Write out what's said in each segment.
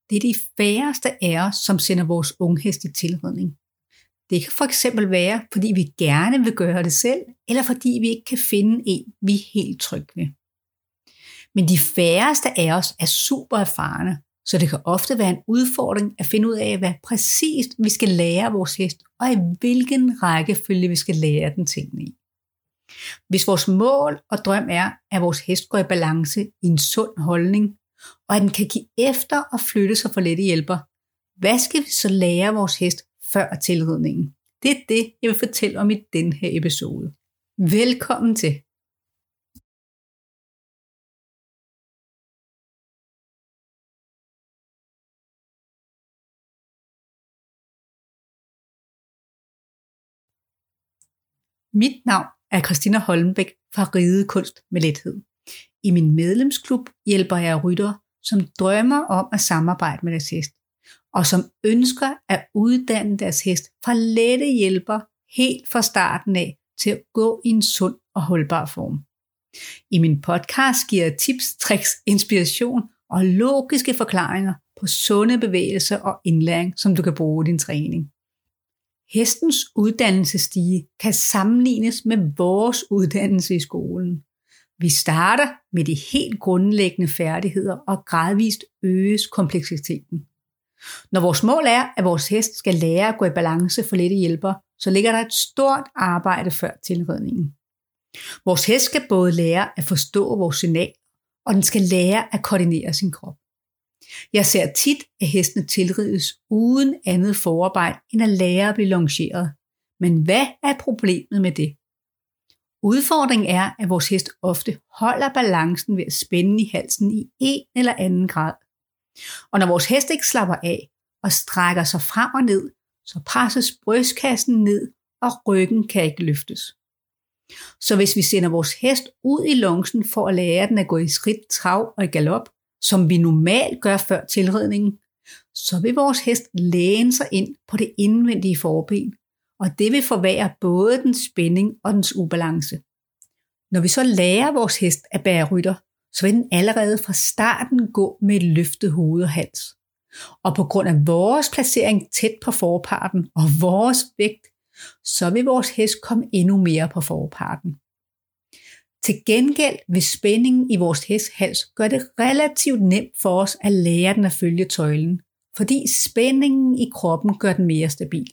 det er de færreste af os, som sender vores unghest i tilridning. Det kan for eksempel være, fordi vi gerne vil gøre det selv, eller fordi vi ikke kan finde en, vi er helt trygge ved. Men de færreste af os er super erfarne, så det kan ofte være en udfordring at finde ud af, hvad præcist vi skal lære vores hest, og i hvilken rækkefølge vi skal lære den tingene i. Hvis vores mål og drøm er, at vores hest går i balance i en sund holdning, og at den kan give efter og flytte sig for lette hjælper, hvad skal vi så lære vores hest før tilridningen? Det er det, jeg vil fortælle om i denne her episode. Velkommen til. Mit navn er Christina Holmbæk fra Ridekunst med Lethed. I min medlemsklub hjælper jeg ryttere, som drømmer om at samarbejde med deres hest, og som ønsker at uddanne deres hest fra lette hjælper helt fra starten af til at gå i en sund og holdbar form. I min podcast giver jeg tips, tricks, inspiration og logiske forklaringer på sunde bevægelser og indlæring, som du kan bruge i din træning. Hestens uddannelsesstige kan sammenlignes med vores uddannelse i skolen. Vi starter med de helt grundlæggende færdigheder og gradvist øges kompleksiteten. Når vores mål er, at vores hest skal lære at gå i balance for lette hjælper, så ligger der et stort arbejde før tilridningen. Vores hest skal både lære at forstå vores signal, og den skal lære at koordinere sin krop. Jeg ser tit, at hestene tilrides uden andet forarbejde end at lære at blive longeret. Men hvad er problemet med det? Udfordringen er, at vores hest ofte holder balancen ved at spænde i halsen i en eller anden grad. Og når vores hest ikke slapper af og strækker sig frem og ned, så presses brystkassen ned, og ryggen kan ikke løftes. Så hvis vi sender vores hest ud i longsen for at lære den at gå i skridt, trav og i galop, som vi normalt gør før tilridningen, så vil vores hest læne sig ind på det indvendige forben, og det vil forværre både dens spænding og dens ubalance. Når vi så lærer vores hest at bære rytter, så vil den allerede fra starten gå med et løftet hoved og hals. Og på grund af vores placering tæt på forparten og vores vægt, så vil vores hest komme endnu mere på forparten. Til gengæld vil spændingen i vores hests hals gøre det relativt nemt for os at lære den at følge tøjlen, fordi spændingen i kroppen gør den mere stabil.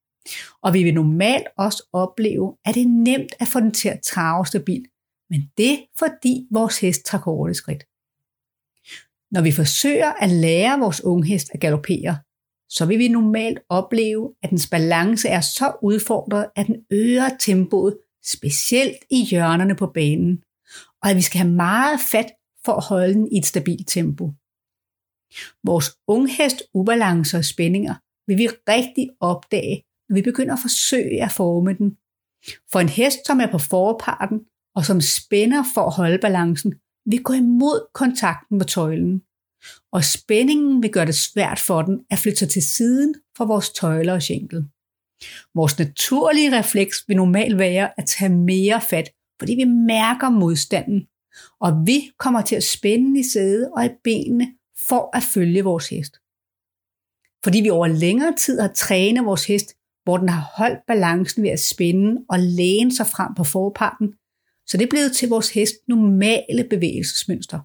Og vi vil normalt også opleve, at det er nemt at få den til at trave stabilt, men det er fordi vores hest tager korte skridt. Når vi forsøger at lære vores unghest at galopere, så vil vi normalt opleve, at dens balance er så udfordret, at den øger tempoet, specielt i hjørnerne på banen, og at vi skal have meget fat for at holde den i et stabilt tempo. Vores unghest ubalancer og spændinger vil vi rigtig opdage, når vi begynder at forsøge at forme den. For en hest, som er på forparten og som spænder for at holde balancen, vil gå imod kontakten med tøjlen, og spændingen vil gøre det svært for den at flytte sig til siden for vores tøjler og skænkel. Vores naturlige refleks vil normalt være at tage mere fat, fordi vi mærker modstanden, og vi kommer til at spænde i sædet og i benene for at følge vores hest. Fordi vi over længere tid har trænet vores hest, hvor den har holdt balancen ved at spænde og læne sig frem på forparten, så det er blevet til vores hest normale bevægelsesmønster.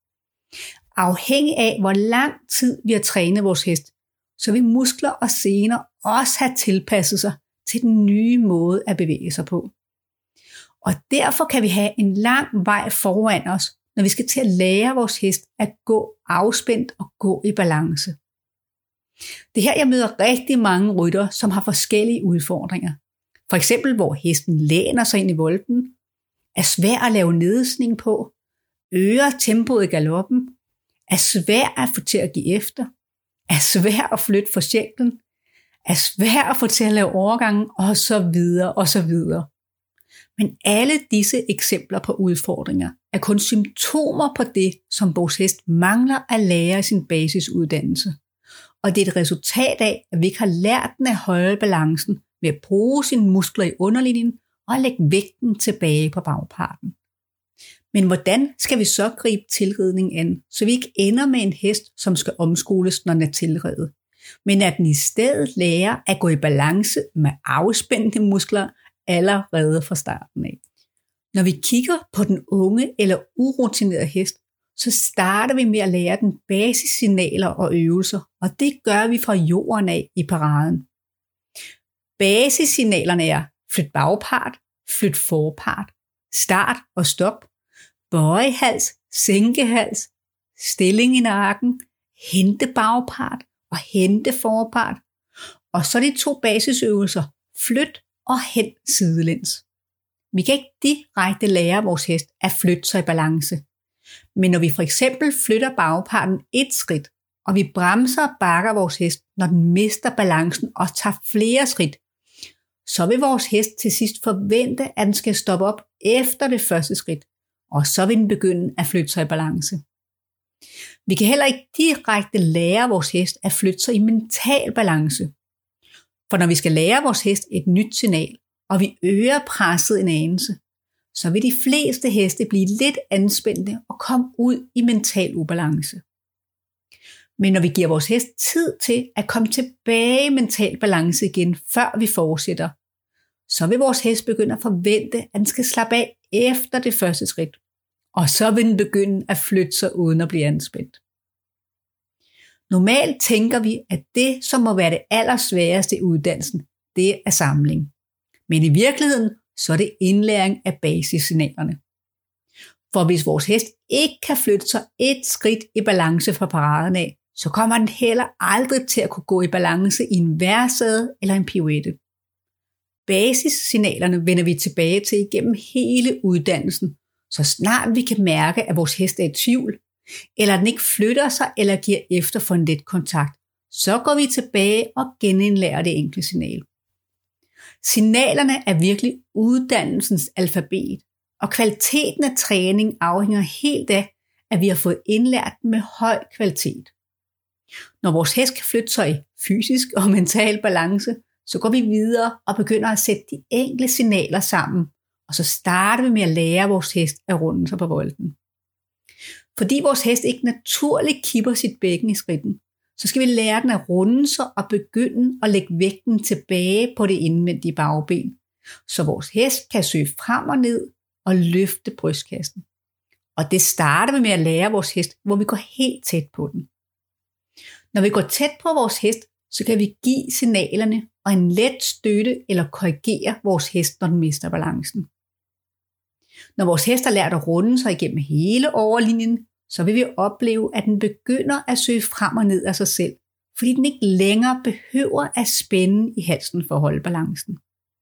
Afhængig af, hvor lang tid vi har trænet vores hest, så vil muskler og sener også have tilpasset sig til den nye måde at bevæge sig på. Og derfor kan vi have en lang vej foran os, når vi skal til at lære vores hest at gå afspændt og gå i balance. Det her, jeg møder rigtig mange ryttere, som har forskellige udfordringer. For eksempel, hvor hesten læner sig ind i volden, er svær at lave nedsning på, øger tempoet i galoppen, er svær at få til at give efter, er svær at flytte for skænklen, er svær at få til at lave overgangen, og så videre og så videre. Men alle disse eksempler på udfordringer er kun symptomer på det, som vores hest mangler at lære i sin basisuddannelse. Og det er et resultat af, at vi ikke har lært den at holde balancen ved at bruge sine muskler i underlinjen og lægge vægten tilbage på bagparten. Men hvordan skal vi så gribe tilridning an, så vi ikke ender med en hest, som skal omskoles, når den er tilredet, men at den i stedet lærer at gå i balance med afspændte muskler allerede fra starten af. Når vi kigger på den unge eller urutinerede hest, så starter vi med at lære den basissignaler og øvelser, og det gør vi fra jorden af i paraden. Basissignalerne er flyt bagpart, flyt forpart, start og stop, bøje hals, sænke hals, stilling i nakken, hente bagpart og hente forpart. Og så de 2 basisøvelser, flyt og hent sidelæns. Vi kan ikke direkte lære vores hest at flytte sig i balance. Men når vi for eksempel flytter bagparten 1 skridt, og vi bremser og bakker vores hest, når den mister balancen og tager flere skridt, så vil vores hest til sidst forvente, at den skal stoppe op efter det første skridt, og så vil den begynde at flytte sig i balance. Vi kan heller ikke direkte lære vores hest at flytte sig i mental balance. For når vi skal lære vores hest et nyt signal, og vi øger presset en anelse, så vil de fleste heste blive lidt anspændte og komme ud i mental ubalance. Men når vi giver vores hest tid til at komme tilbage i mental balance igen, før vi fortsætter, så vil vores hest begynde at forvente, at den skal slappe af efter det første skridt, og så vil den begynde at flytte sig uden at blive anspændt. Normalt tænker vi, at det, som må være det allersværeste i uddannelsen, det er samling. Men i virkeligheden, så er det indlæring af basissignalerne. For hvis vores hest ikke kan flytte sig 1 skridt i balance fra paraden af, så kommer den heller aldrig til at kunne gå i balance i en værsæde eller en pirouette. Basissignalerne vender vi tilbage til igennem hele uddannelsen, så snart vi kan mærke, at vores hest er i tvivl, eller den ikke flytter sig eller giver efter for en let kontakt, så går vi tilbage og genindlærer det enkelte signal. Signalerne er virkelig uddannelsens alfabet, og kvaliteten af træning afhænger helt af, at vi har fået indlært den med høj kvalitet. Når vores hest kan flytte sig i fysisk og mental balance, så går vi videre og begynder at sætte de enkelte signaler sammen, og så starter vi med at lære vores hest at runde sig på volden. Fordi vores hest ikke naturligt kipper sit bækken i skridten, så skal vi lære den at runde sig og begynde at lægge vægten tilbage på det indvendige bagben, så vores hest kan søge frem og ned og løfte brystkassen. Og det starter vi med at lære vores hest, hvor vi går helt tæt på den. Når vi går tæt på vores hest, så kan vi give signalerne og en let støtte eller korrigere vores hest, når den mister balancen. Når vores hest har lært at runde sig igennem hele overlinjen, så vil vi opleve, at den begynder at søge frem og ned af sig selv, fordi den ikke længere behøver at spænde i halsen for at holde balancen.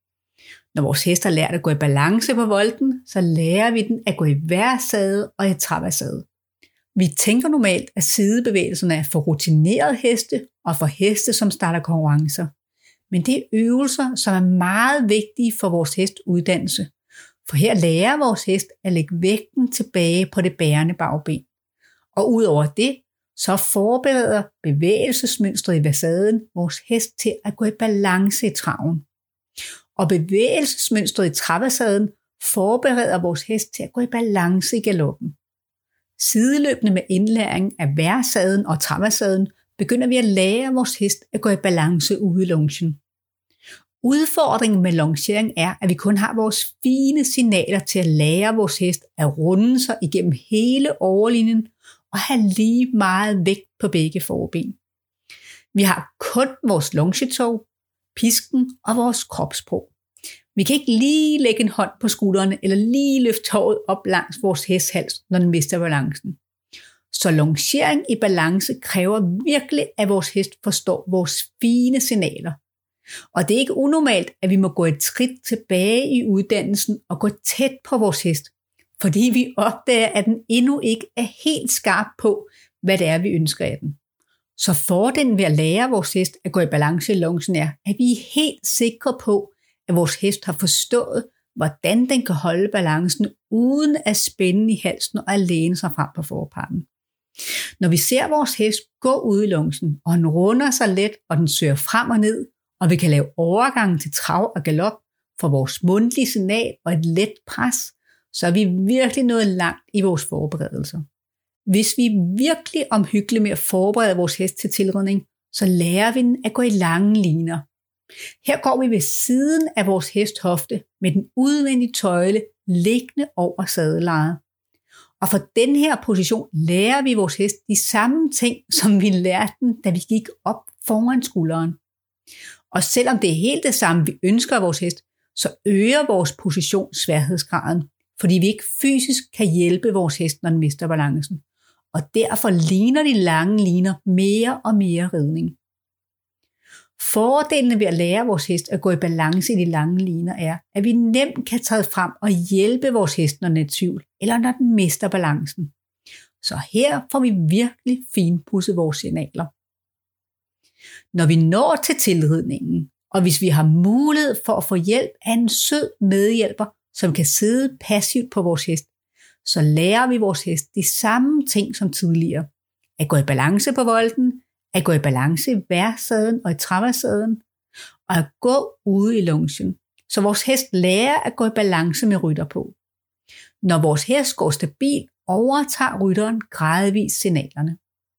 Når vores hest har lært at gå i balance på volden, så lærer vi den at gå i værsæde og i traversæde. Vi tænker normalt, at sidebevægelserne er for rutinerede heste og for heste, som starter konkurrencer. Men det er øvelser, som er meget vigtige for vores hestuddannelse. For her lærer vores hest at lægge vægten tilbage på det bærende bagben. Og udover det, så forbereder bevægelsesmønstret i versaden vores hest til at gå i balance i traven. Og bevægelsesmønstret i traversaden forbereder vores hest til at gå i balance i galoppen. Sideløbende med indlæring af værsaden og traversaden begynder vi at lære vores hest at gå i balance ude i longen. Udfordringen med longering er, at vi kun har vores fine signaler til at lære vores hest at runde sig igennem hele overlinjen og have lige meget vægt på begge forben. Vi har kun vores longetog, pisken og vores kropssprog. Vi kan ikke lige lægge en hånd på skuldrene eller lige løfte toget op langs vores hest hals, når den mister balancen. Så longering i balance kræver virkelig, at vores hest forstår vores fine signaler. Og det er ikke unormalt, at vi må gå et skridt tilbage i uddannelsen og gå tæt på vores hest, fordi vi opdager, at den endnu ikke er helt skarp på, hvad det er, vi ønsker af den. Så fordelen ved at lære vores hest at gå i balance i longen er, at vi er helt sikre på, at vores hest har forstået, hvordan den kan holde balancen uden at spænde i halsen og at læne sig frem på forparten. Når vi ser vores hest gå ud i longen, og den runder sig let, og den søger frem og ned, og vi kan lave overgangen til trav og galop for vores mundtlige signal og et let pres, så er vi virkelig nået langt i vores forberedelser. Hvis vi er virkelig omhyggelige med at forberede vores hest til tilridning, så lærer vi den at gå i lange liner. Her går vi ved siden af vores hesthofte med den udvendige tøjle liggende over sadellejet. Og for den her position lærer vi vores hest de samme ting, som vi lærte den, da vi gik op foran skulderen. Og selvom det er helt det samme, vi ønsker af vores hest, så øger vores position sværhedsgraden, fordi vi ikke fysisk kan hjælpe vores hest, når den mister balancen. Og derfor ligner de lange liner mere og mere ridning. Fordelene ved at lære vores hest at gå i balance i de lange liner er, at vi nemt kan træde frem og hjælpe vores hest, når den er i tvivl, eller når den mister balancen. Så her får vi virkelig finpudset vores signaler. Når vi når til tilridningen, og hvis vi har mulighed for at få hjælp af en sød medhjælper, som kan sidde passivt på vores hest, så lærer vi vores hest de samme ting som tidligere. At gå i balance på volden, at gå i balance i værsæden og i traversæden, og at gå ude i longen, så vores hest lærer at gå i balance med rytter på. Når vores hest går stabilt, overtager rytteren gradvist signalerne.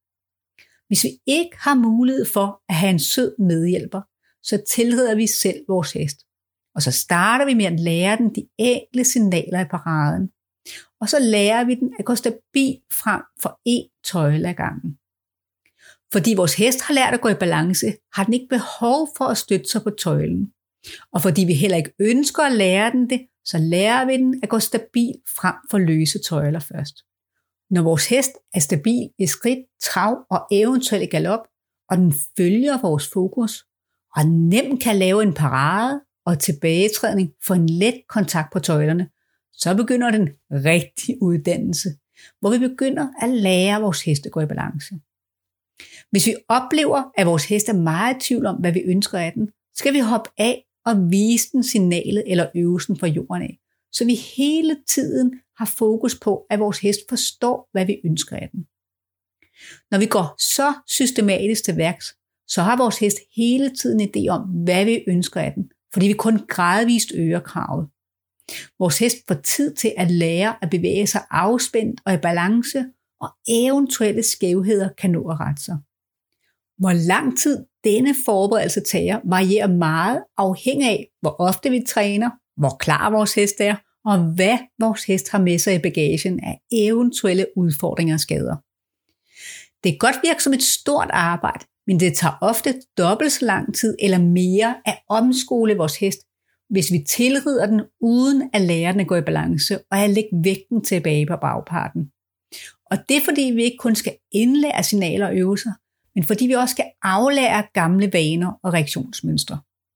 Hvis vi ikke har mulighed for at have en sød medhjælper, så tilrider vi selv vores hest. Og så starter vi med at lære den de enkle signaler i paraden. Og så lærer vi den at gå stabilt frem for én tøjle ad gangen. Fordi vores hest har lært at gå i balance, har den ikke behov for at støtte sig på tøjlen. Og fordi vi heller ikke ønsker at lære den det, så lærer vi den at gå stabilt frem for løse tøjler først. Når vores hest er stabil i skridt, trav og eventuelt galop, og den følger vores fokus, og nemt kan lave en parade og tilbagetrædning for en let kontakt på tøjlerne, så begynder den rigtige uddannelse, hvor vi begynder at lære vores hest at gå i balance. Hvis vi oplever, at vores hest er meget i tvivl om, hvad vi ønsker af den, skal vi hoppe af og vise den signalet eller øvelsen fra jorden af, så vi hele tiden har fokus på, at vores hest forstår, hvad vi ønsker af den. Når vi går så systematisk til værks, så har vores hest hele tiden en idé om, hvad vi ønsker af den, fordi vi kun gradvist øger kravet. Vores hest får tid til at lære at bevæge sig afspændt og i balance, og eventuelle skævheder kan nå at rette sig. Hvor lang tid denne forberedelse tager, varierer meget afhængig af, hvor ofte vi træner, hvor klar vores hest er, og hvad vores hest har med sig i bagagen af eventuelle udfordringer og skader. Det kan godt virke som et stort arbejde, men det tager ofte dobbelt så lang tid eller mere at omskole vores hest, hvis vi tilrider den uden at lære den at gå i balance og at lægge vægten tilbage på bagparten. Og det er fordi vi ikke kun skal indlære signaler og øvelser, men fordi vi også skal aflære gamle vaner og reaktionsmønstre.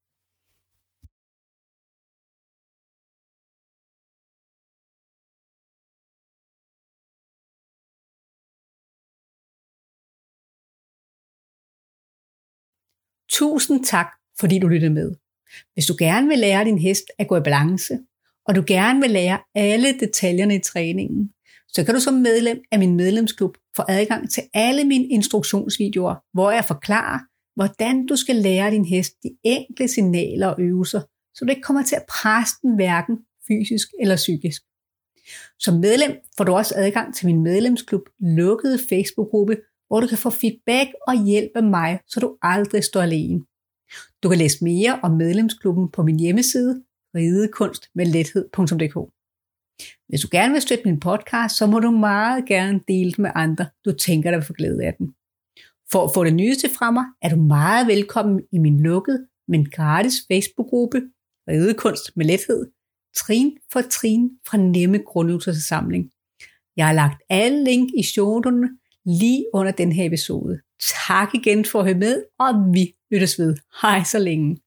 Tusind tak, fordi du lyttede med. Hvis du gerne vil lære din hest at gå i balance, og du gerne vil lære alle detaljerne i træningen, så kan du som medlem af min medlemsklub få adgang til alle mine instruktionsvideoer, hvor jeg forklarer, hvordan du skal lære din hest de enkle signaler og øvelser, så du ikke kommer til at presse den hverken fysisk eller psykisk. Som medlem får du også adgang til min medlemsklub lukkede Facebook-gruppe, hvor du kan få feedback og hjælp af mig, så du aldrig står alene. Du kan læse mere om medlemsklubben på min hjemmeside, ridekunstmedlethed.dk. Hvis du gerne vil støtte min podcast, så må du meget gerne dele det med andre, du tænker dig for glæde af den. For at få det nyeste fra mig, er du meget velkommen i min lukkede, men gratis Facebook-gruppe, Ridekunst med Lethed, trin for trin fra nemme grundøvelser til samling. Jeg har lagt alle link i shownoterne lige under den her episode. Tak igen for at høre med, og vi lyttes ved. Hej så længe.